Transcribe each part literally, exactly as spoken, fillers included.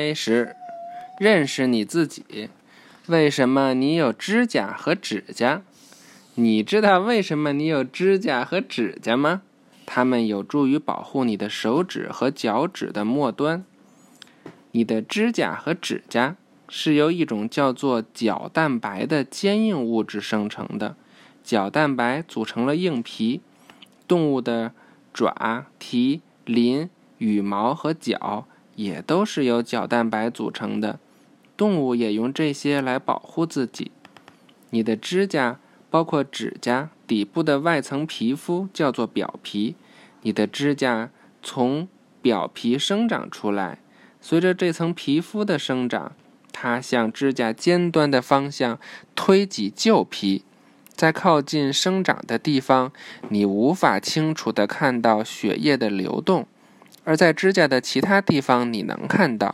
开始认识你自己。为什么你有指甲和指甲？你知道为什么你有指甲和指甲吗？它们有助于保护你的手指和脚趾的末端。你的指甲和指甲是由一种叫做角蛋白的坚硬物质生成的。角蛋白组成了硬皮。动物的爪、蹄、鳞、羽毛和角也都是由角蛋白组成的。动物也用这些来保护自己。你的指甲包括指甲底部的外层皮肤，叫做表皮。你的指甲从表皮生长出来，随着这层皮肤的生长，它向指甲尖端的方向推挤旧皮。在靠近生长的地方，你无法清楚地看到血液的流动，而在指甲的其他地方你能看到。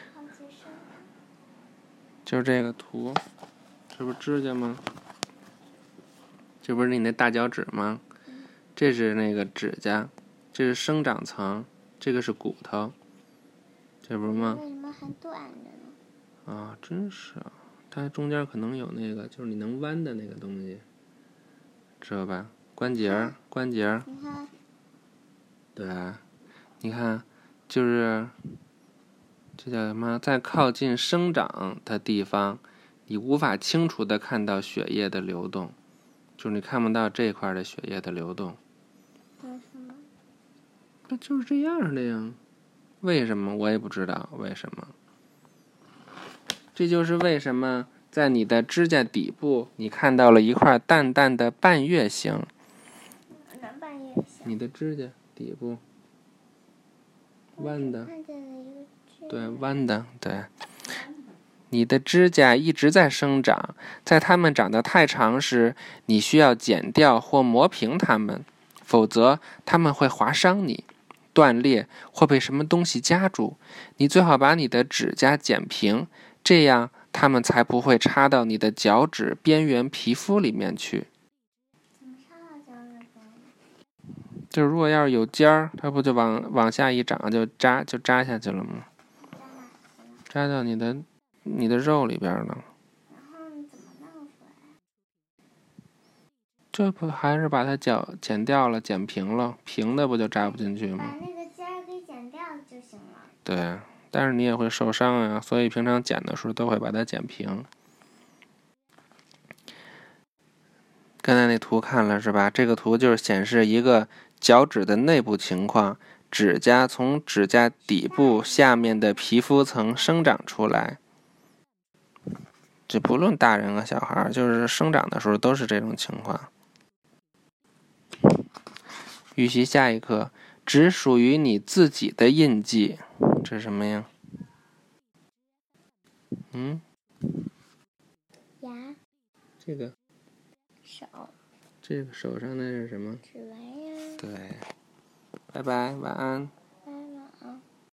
就是这个图，这不是指甲吗？这不是你那大脚趾吗？这是那个指甲，这是生长层，这个是骨头，这不是吗？ 为什么还断着呢？ 啊，真是啊！它中间可能有那个，就是你能弯的那个东西，知道吧？关节，关节。 你看。 对，你看，就是这叫什么？在靠近生长的地方，你无法清楚地看到血液的流动，就是你看不到这块的血液的流动。 为什么？ 那就是这样的呀。为什么？我也不知道为什么。这就是为什么在你的指甲底部，你看到了一块淡淡的半月形。 哪半月形？ 你的指甲底部，弯的。 看见了一个指甲。 对，弯的，对。你的指甲一直在生长，在它们长得太长时，你需要剪掉或磨平它们，否则它们会划伤你、断裂或被什么东西夹住。你最好把你的指甲剪平，这样它们才不会插到你的脚趾边缘皮肤里面去。 怎么插到脚趾边？ 就如果要是有尖儿，它不就往往下一长就扎就扎下去了吗？扎到你的你的肉里边了。 然后你怎么弄出来？ 这不还是把它剪剪掉了，剪平了，平的不就扎不进去吗？ 把那个尖儿给剪掉就行了。 对，但是你也会受伤啊，所以平常剪的时候都会把它剪平。刚才那图看了是吧？这个图就是显示一个脚趾的内部情况，指甲从指甲底部下面的皮肤层生长出来。这不论大人和小孩，就是生长的时候都是这种情况。预习下一课，只属于你自己的印记，这是什么呀？嗯？ 牙。 这个。 手。 这个手上那是什么？ 指纹呀。 对。拜拜，晚安。